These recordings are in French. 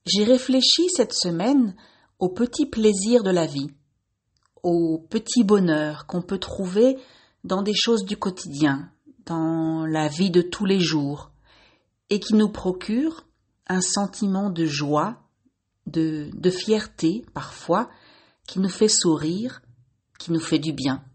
J'ai réfléchi cette semaine aux petits plaisirs de la vie, aux petits bonheurs qu'on peut trouver dans des choses du quotidien, dans la vie de tous les jours, et qui nous procurent un sentiment de joie, de fierté parfois, qui nous fait sourire, qui nous fait du bien.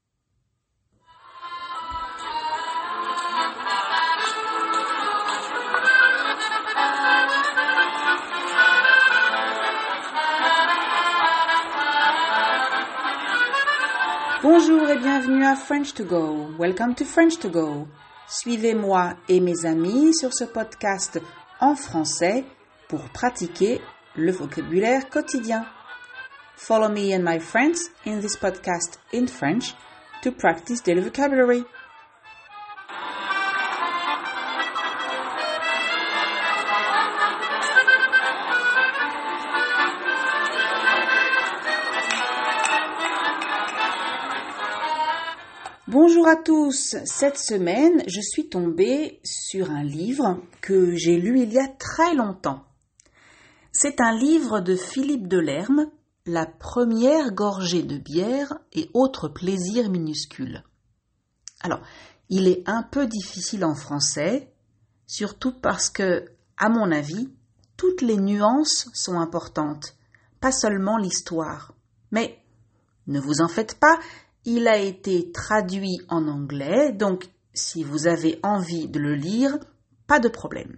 Bonjour et bienvenue à French to Go. Welcome to French to Go. Suivez-moi et mes amis sur ce podcast en français pour pratiquer le vocabulaire quotidien. Follow me and my friends in this podcast in French to practice daily vocabulary. Bonjour à tous, cette semaine je suis tombée sur un livre que j'ai lu il y a très longtemps. C'est un livre de Philippe Delerme, La première gorgée de bière et autres plaisirs minuscules. Alors, il est un peu difficile en français, surtout parce que, à mon avis, toutes les nuances sont importantes, pas seulement l'histoire. Mais ne vous en faites pas, il a été traduit en anglais, donc si vous avez envie de le lire, pas de problème.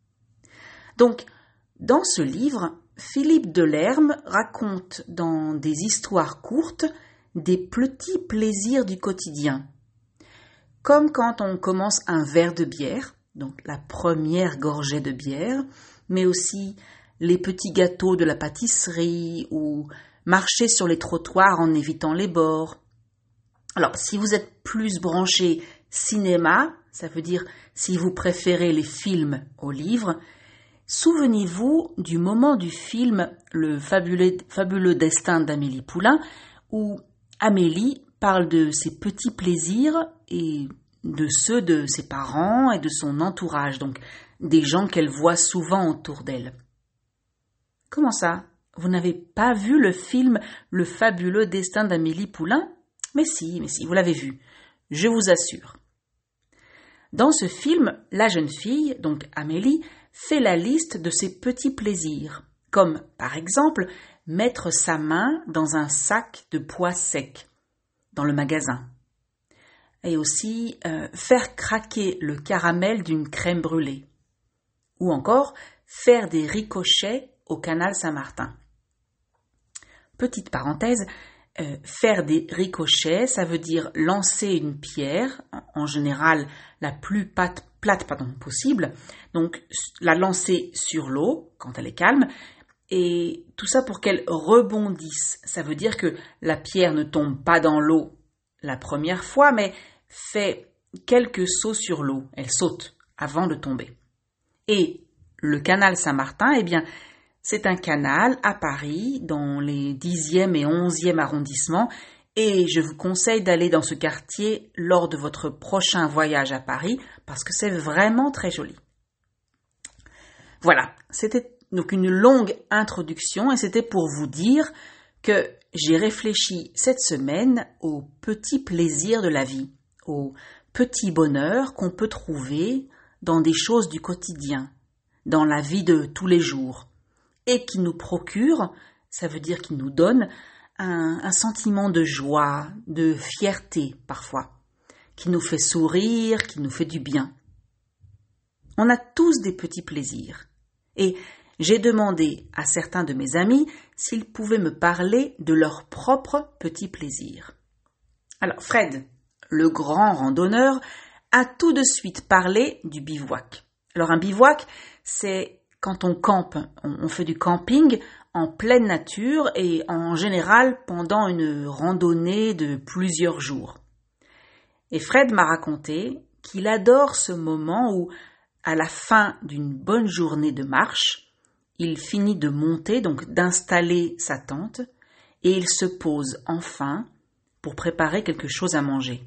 Donc, dans ce livre, Philippe Delerme raconte dans des histoires courtes des petits plaisirs du quotidien. Comme quand on commence un verre de bière, donc la première gorgée de bière, mais aussi les petits gâteaux de la pâtisserie ou marcher sur les trottoirs en évitant les bords. Alors, si vous êtes plus branché cinéma, ça veut dire si vous préférez les films aux livres, souvenez-vous du moment du film Le fabuleux destin d'Amélie Poulain, où Amélie parle de ses petits plaisirs et de ceux de ses parents et de son entourage, donc des gens qu'elle voit souvent autour d'elle. Comment ça? Vous n'avez pas vu le film Le fabuleux destin d'Amélie Poulain? Mais si, vous l'avez vu, je vous assure. Dans ce film, la jeune fille, donc Amélie, fait la liste de ses petits plaisirs, comme par exemple mettre sa main dans un sac de pois secs dans le magasin, et aussi faire craquer le caramel d'une crème brûlée, ou encore faire des ricochets au canal Saint-Martin. Petite parenthèse, faire des ricochets, ça veut dire lancer une pierre, en général la plus plate possible, donc la lancer sur l'eau quand elle est calme, et tout ça pour qu'elle rebondisse. Ça veut dire que la pierre ne tombe pas dans l'eau la première fois, mais fait quelques sauts sur l'eau. Elle saute avant de tomber. Et le canal Saint-Martin, eh bien, c'est un canal à Paris, dans les 10e et 11e arrondissements, et je vous conseille d'aller dans ce quartier lors de votre prochain voyage à Paris, parce que c'est vraiment très joli. Voilà, c'était donc une longue introduction, et c'était pour vous dire que j'ai réfléchi cette semaine aux petits plaisirs de la vie, aux petits bonheurs qu'on peut trouver dans des choses du quotidien, dans la vie de tous les jours, et qui nous procure, ça veut dire qui nous donne un sentiment de joie, de fierté parfois, qui nous fait sourire, qui nous fait du bien. On a tous des petits plaisirs. Et j'ai demandé à certains de mes amis s'ils pouvaient me parler de leurs propres petits plaisirs. Alors Fred, le grand randonneur, a tout de suite parlé du bivouac. Alors un bivouac, c'est quand on campe, on fait du camping en pleine nature et en général pendant une randonnée de plusieurs jours. Et Fred m'a raconté qu'il adore ce moment où, à la fin d'une bonne journée de marche, il finit de monter, donc d'installer sa tente, et il se pose enfin pour préparer quelque chose à manger.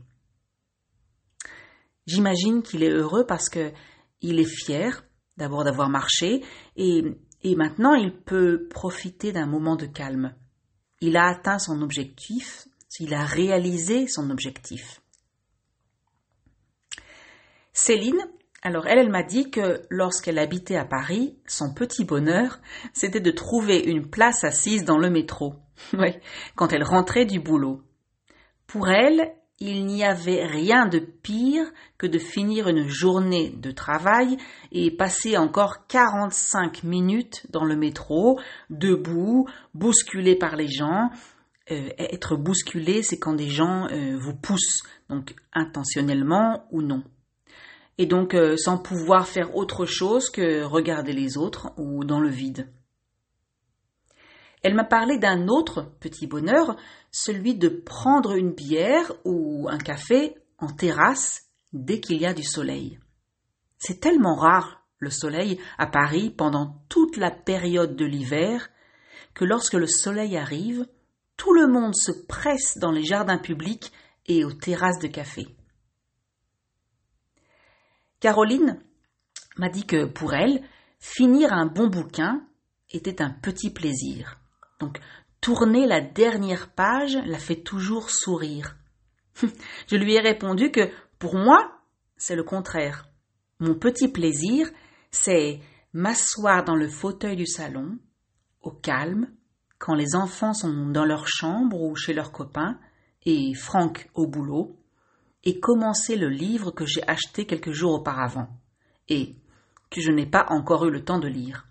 J'imagine qu'il est heureux parce que il est fier d'abord d'avoir marché et et maintenant il peut profiter d'un moment de calme. Il a atteint son objectif, il a réalisé son objectif. Céline, alors elle m'a dit que lorsqu'elle habitait à Paris, son petit bonheur, c'était de trouver une place assise dans le métro, ouais, quand elle rentrait du boulot. Pour elle, il n'y avait rien de pire que de finir une journée de travail et passer encore 45 minutes dans le métro, debout, bousculé par les gens. Être bousculé, c'est quand des gens vous poussent, donc intentionnellement ou non. Et donc sans pouvoir faire autre chose que regarder les autres ou dans le vide. Elle m'a parlé d'un autre petit bonheur, celui de prendre une bière ou un café en terrasse dès qu'il y a du soleil. C'est tellement rare le soleil à Paris pendant toute la période de l'hiver que lorsque le soleil arrive, tout le monde se presse dans les jardins publics et aux terrasses de café. Caroline m'a dit que pour elle, finir un bon bouquin était un petit plaisir. Donc, tourner la dernière page la fait toujours sourire. Je lui ai répondu que pour moi, c'est le contraire. Mon petit plaisir, c'est m'asseoir dans le fauteuil du salon, au calme, quand les enfants sont dans leur chambre ou chez leurs copains, et Franck au boulot, et commencer le livre que j'ai acheté quelques jours auparavant, et que je n'ai pas encore eu le temps de lire.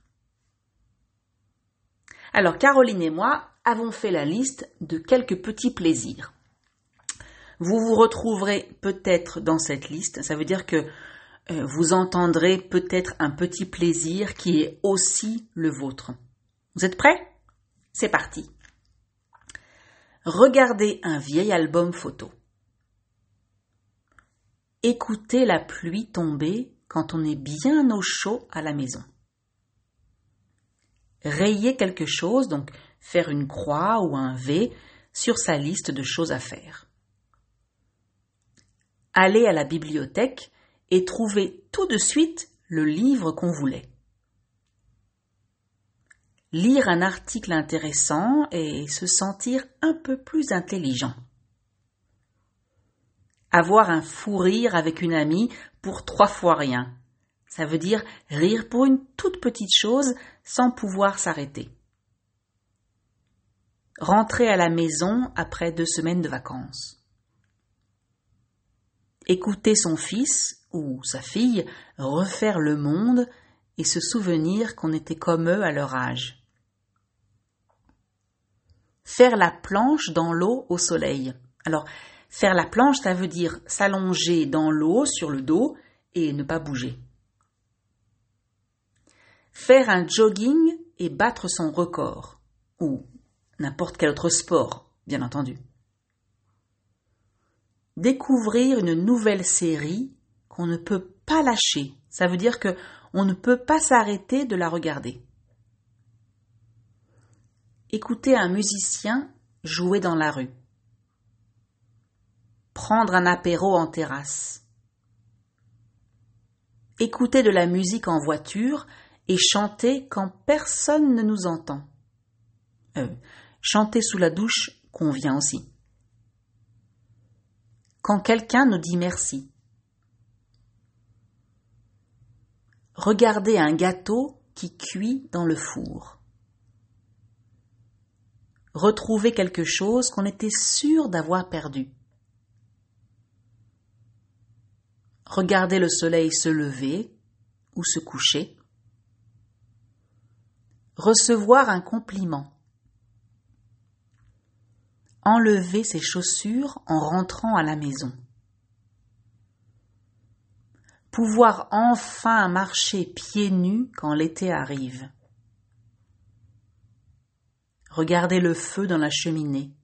Alors Caroline et moi avons fait la liste de quelques petits plaisirs. Vous vous retrouverez peut-être dans cette liste, ça veut dire que vous entendrez peut-être un petit plaisir qui est aussi le vôtre. Vous êtes prêts ? C'est parti. Regardez un vieil album photo. Écoutez la pluie tomber quand on est bien au chaud à la maison. Rayer quelque chose, donc faire une croix ou un V sur sa liste de choses à faire. Aller à la bibliothèque et trouver tout de suite le livre qu'on voulait. Lire un article intéressant et se sentir un peu plus intelligent. Avoir un fou rire avec une amie pour 3 fois rien. Ça veut dire rire pour une toute petite chose sans pouvoir s'arrêter. Rentrer à la maison après 2 semaines de vacances. Écouter son fils ou sa fille refaire le monde et se souvenir qu'on était comme eux à leur âge. Faire la planche dans l'eau au soleil. Alors, faire la planche, ça veut dire s'allonger dans l'eau sur le dos et ne pas bouger. Faire un jogging et battre son record, ou n'importe quel autre sport, bien entendu. Découvrir une nouvelle série qu'on ne peut pas lâcher, ça veut dire qu'on ne peut pas s'arrêter de la regarder. Écouter un musicien jouer dans la rue. Prendre un apéro en terrasse. Écouter de la musique en voiture et chanter quand personne ne nous entend. Chanter sous la douche convient aussi. Quand quelqu'un nous dit merci. Regarder un gâteau qui cuit dans le four. Retrouver quelque chose qu'on était sûr d'avoir perdu. Regarder le soleil se lever ou se coucher. Recevoir un compliment. Enlever ses chaussures en rentrant à la maison. Pouvoir enfin marcher pieds nus quand l'été arrive. Regarder le feu dans la cheminée.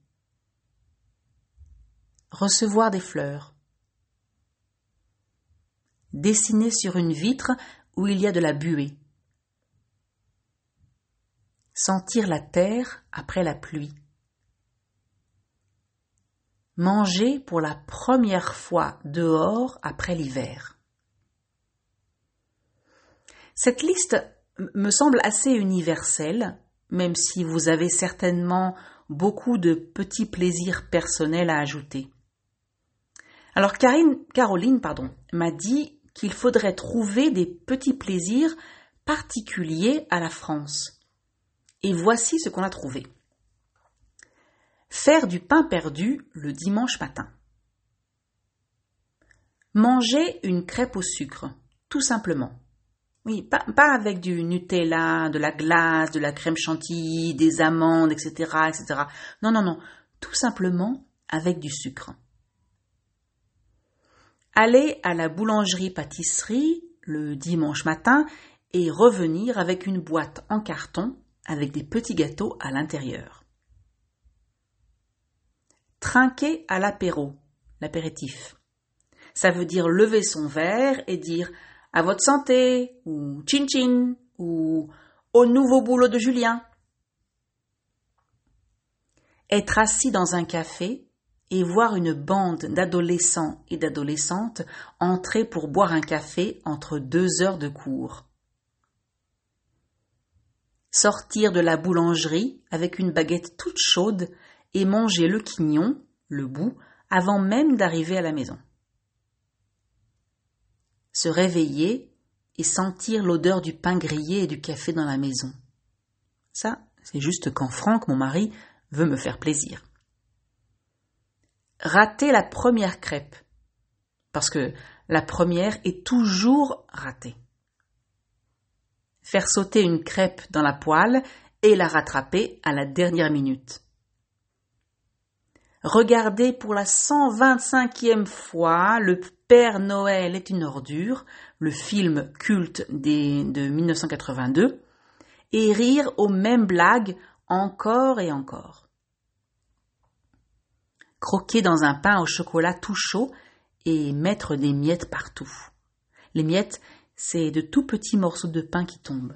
Recevoir des fleurs. Dessiner sur une vitre où il y a de la buée. Sentir la terre après la pluie. Manger pour la première fois dehors après l'hiver. Cette liste me semble assez universel, même si vous avez certainement beaucoup de petits plaisirs personnels à ajouter. Alors Caroline m'a dit qu'il faudrait trouver des petits plaisirs particuliers à la France. Et voici ce qu'on a trouvé. Faire du pain perdu le dimanche matin. Manger une crêpe au sucre, tout simplement. Oui, pas avec du Nutella, de la glace, de la crème chantilly, des amandes, etc., etc. Non, tout simplement avec du sucre. Aller à la boulangerie-pâtisserie le dimanche matin et revenir avec une boîte en carton avec des petits gâteaux à l'intérieur. Trinquer à l'apéritif. Ça veut dire lever son verre et dire « à votre santé » ou « chin chin » ou « au nouveau boulot de Julien ». Être assis dans un café et voir une bande d'adolescents et d'adolescentes entrer pour boire un café entre 2 heures de cours. Sortir de la boulangerie avec une baguette toute chaude et manger le quignon, le bout, avant même d'arriver à la maison. Se réveiller et sentir l'odeur du pain grillé et du café dans la maison. Ça, c'est juste quand Franck, mon mari, veut me faire plaisir. Rater la première crêpe, parce que la première est toujours ratée. Faire sauter une crêpe dans la poêle et la rattraper à la dernière minute. Regarder pour la 125e fois Le Père Noël est une ordure, le film culte de 1982, et rire aux mêmes blagues encore et encore. Croquer dans un pain au chocolat tout chaud et mettre des miettes partout. Les miettes, c'est de tout petits morceaux de pain qui tombent.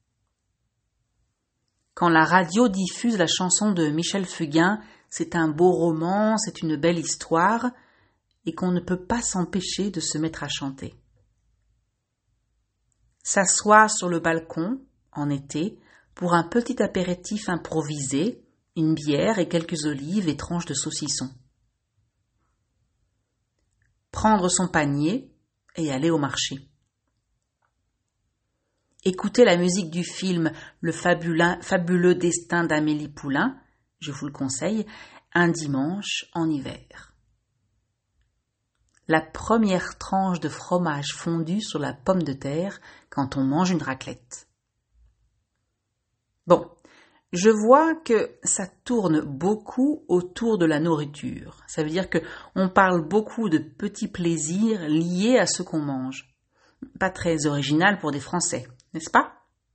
Quand la radio diffuse la chanson de Michel Fugain, c'est un beau roman, c'est une belle histoire, et qu'on ne peut pas s'empêcher de se mettre à chanter. S'asseoir sur le balcon, en été, pour un petit apéritif improvisé, une bière et quelques olives et tranches de saucisson. Prendre son panier et aller au marché. Écouter la musique du film Le fabuleux destin d'Amélie Poulain, je vous le conseille, un dimanche en hiver. La première tranche de fromage fondu sur la pomme de terre quand on mange une raclette. Bon, je vois que ça tourne beaucoup autour de la nourriture. Ça veut dire que on parle beaucoup de petits plaisirs liés à ce qu'on mange. Pas très original pour des Français, n'est-ce pas?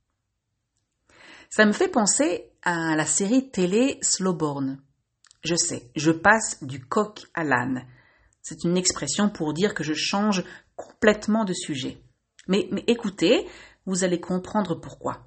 Ça me fait penser à la série télé Slowborn. Je sais, je passe du coq à l'âne. C'est une expression pour dire que je change complètement de sujet. Mais écoutez, vous allez comprendre pourquoi.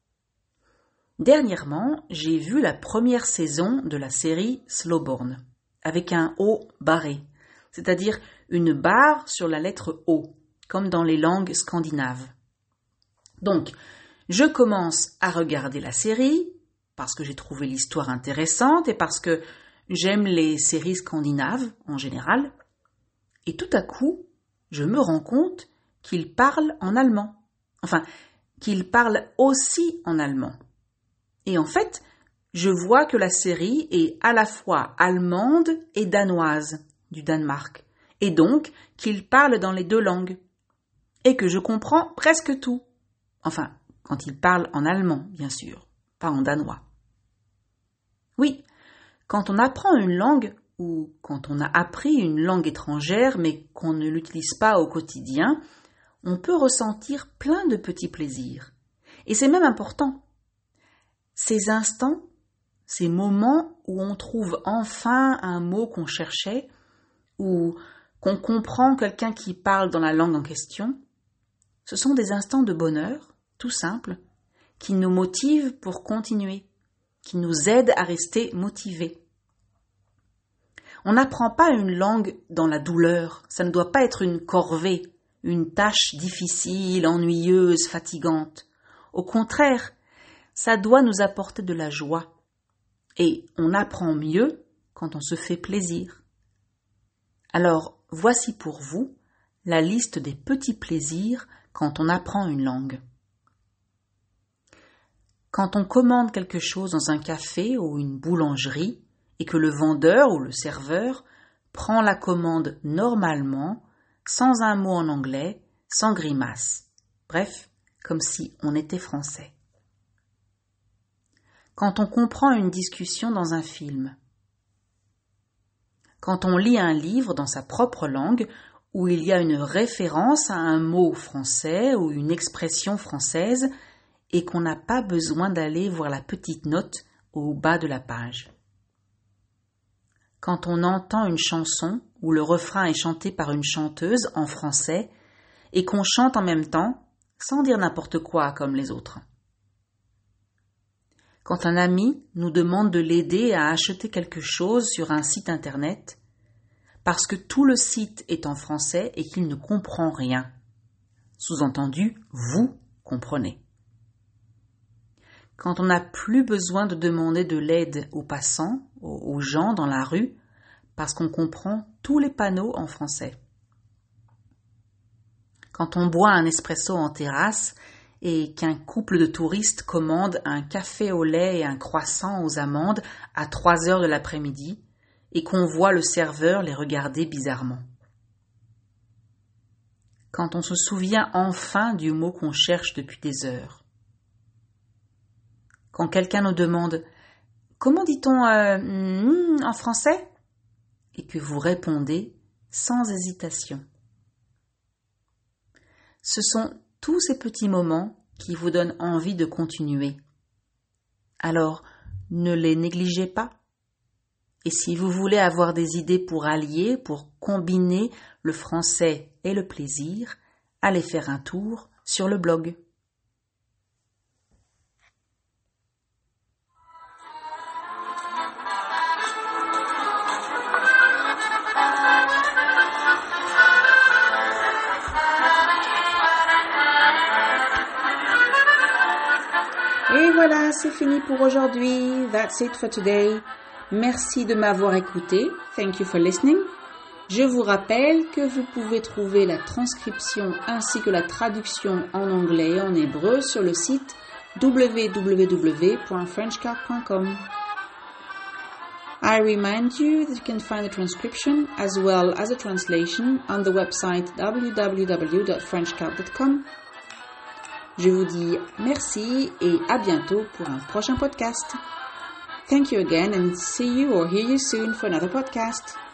Dernièrement, j'ai vu la première saison de la série Slowborn, avec un O barré, c'est-à-dire une barre sur la lettre O, comme dans les langues scandinaves. Donc, je commence à regarder la série, parce que j'ai trouvé l'histoire intéressante et parce que j'aime les séries scandinaves en général, et tout à coup, je me rends compte qu'il parle en allemand. Enfin, qu'il parle aussi en allemand. Et en fait, je vois que la série est à la fois allemande et danoise, du Danemark, et donc qu'il parle dans les 2 langues, et que je comprends presque tout. Enfin, quand il parle en allemand, bien sûr, pas en danois. Oui, quand on apprend une langue, ou quand on a appris une langue étrangère, mais qu'on ne l'utilise pas au quotidien, on peut ressentir plein de petits plaisirs. Et c'est même important. Ces instants, ces moments où on trouve enfin un mot qu'on cherchait, ou qu'on comprend quelqu'un qui parle dans la langue en question, ce sont des instants de bonheur, tout simple, qui nous motivent pour continuer, qui nous aident à rester motivés. On n'apprend pas une langue dans la douleur, ça ne doit pas être une corvée, une tâche difficile, ennuyeuse, fatigante. Au contraire, ça doit nous apporter de la joie. Et on apprend mieux quand on se fait plaisir. Alors, voici pour vous la liste des petits plaisirs quand on apprend une langue. Quand on commande quelque chose dans un café ou une boulangerie et que le vendeur ou le serveur prend la commande normalement, sans un mot en anglais, sans grimace. Bref, comme si on était français. Quand on comprend une discussion dans un film. Quand on lit un livre dans sa propre langue où il y a une référence à un mot français ou une expression française et qu'on n'a pas besoin d'aller voir la petite note au bas de la page. Quand on entend une chanson où le refrain est chanté par une chanteuse en français et qu'on chante en même temps sans dire n'importe quoi comme les autres. Quand un ami nous demande de l'aider à acheter quelque chose sur un site internet parce que tout le site est en français et qu'il ne comprend rien. Sous-entendu, vous comprenez. Quand on n'a plus besoin de demander de l'aide aux passants, aux gens dans la rue, parce qu'on comprend tous les panneaux en français. Quand on boit un espresso en terrasse et qu'un couple de touristes commande un café au lait et un croissant aux amandes à 3 heures de l'après-midi et qu'on voit le serveur les regarder bizarrement. Quand on se souvient enfin du mot qu'on cherche depuis des heures. Quand quelqu'un nous demande « Comment dit-on en français ?» et que vous répondez sans hésitation. Ce sont tous ces petits moments qui vous donnent envie de continuer. Alors, ne les négligez pas. Et si vous voulez avoir des idées pour allier, pour combiner le français et le plaisir, allez faire un tour sur le blog. Et voilà, c'est fini pour aujourd'hui. That's it for today. Merci de m'avoir écouté. Thank you for listening. Je vous rappelle que vous pouvez trouver la transcription ainsi que la traduction en anglais et en hébreu sur le site www.frenchcard.com. I remind you that you can find the transcription as well as a translation on the website www.frenchcard.com. Je vous dis merci et à bientôt pour un prochain podcast. Thank you again and see you or hear you soon for another podcast.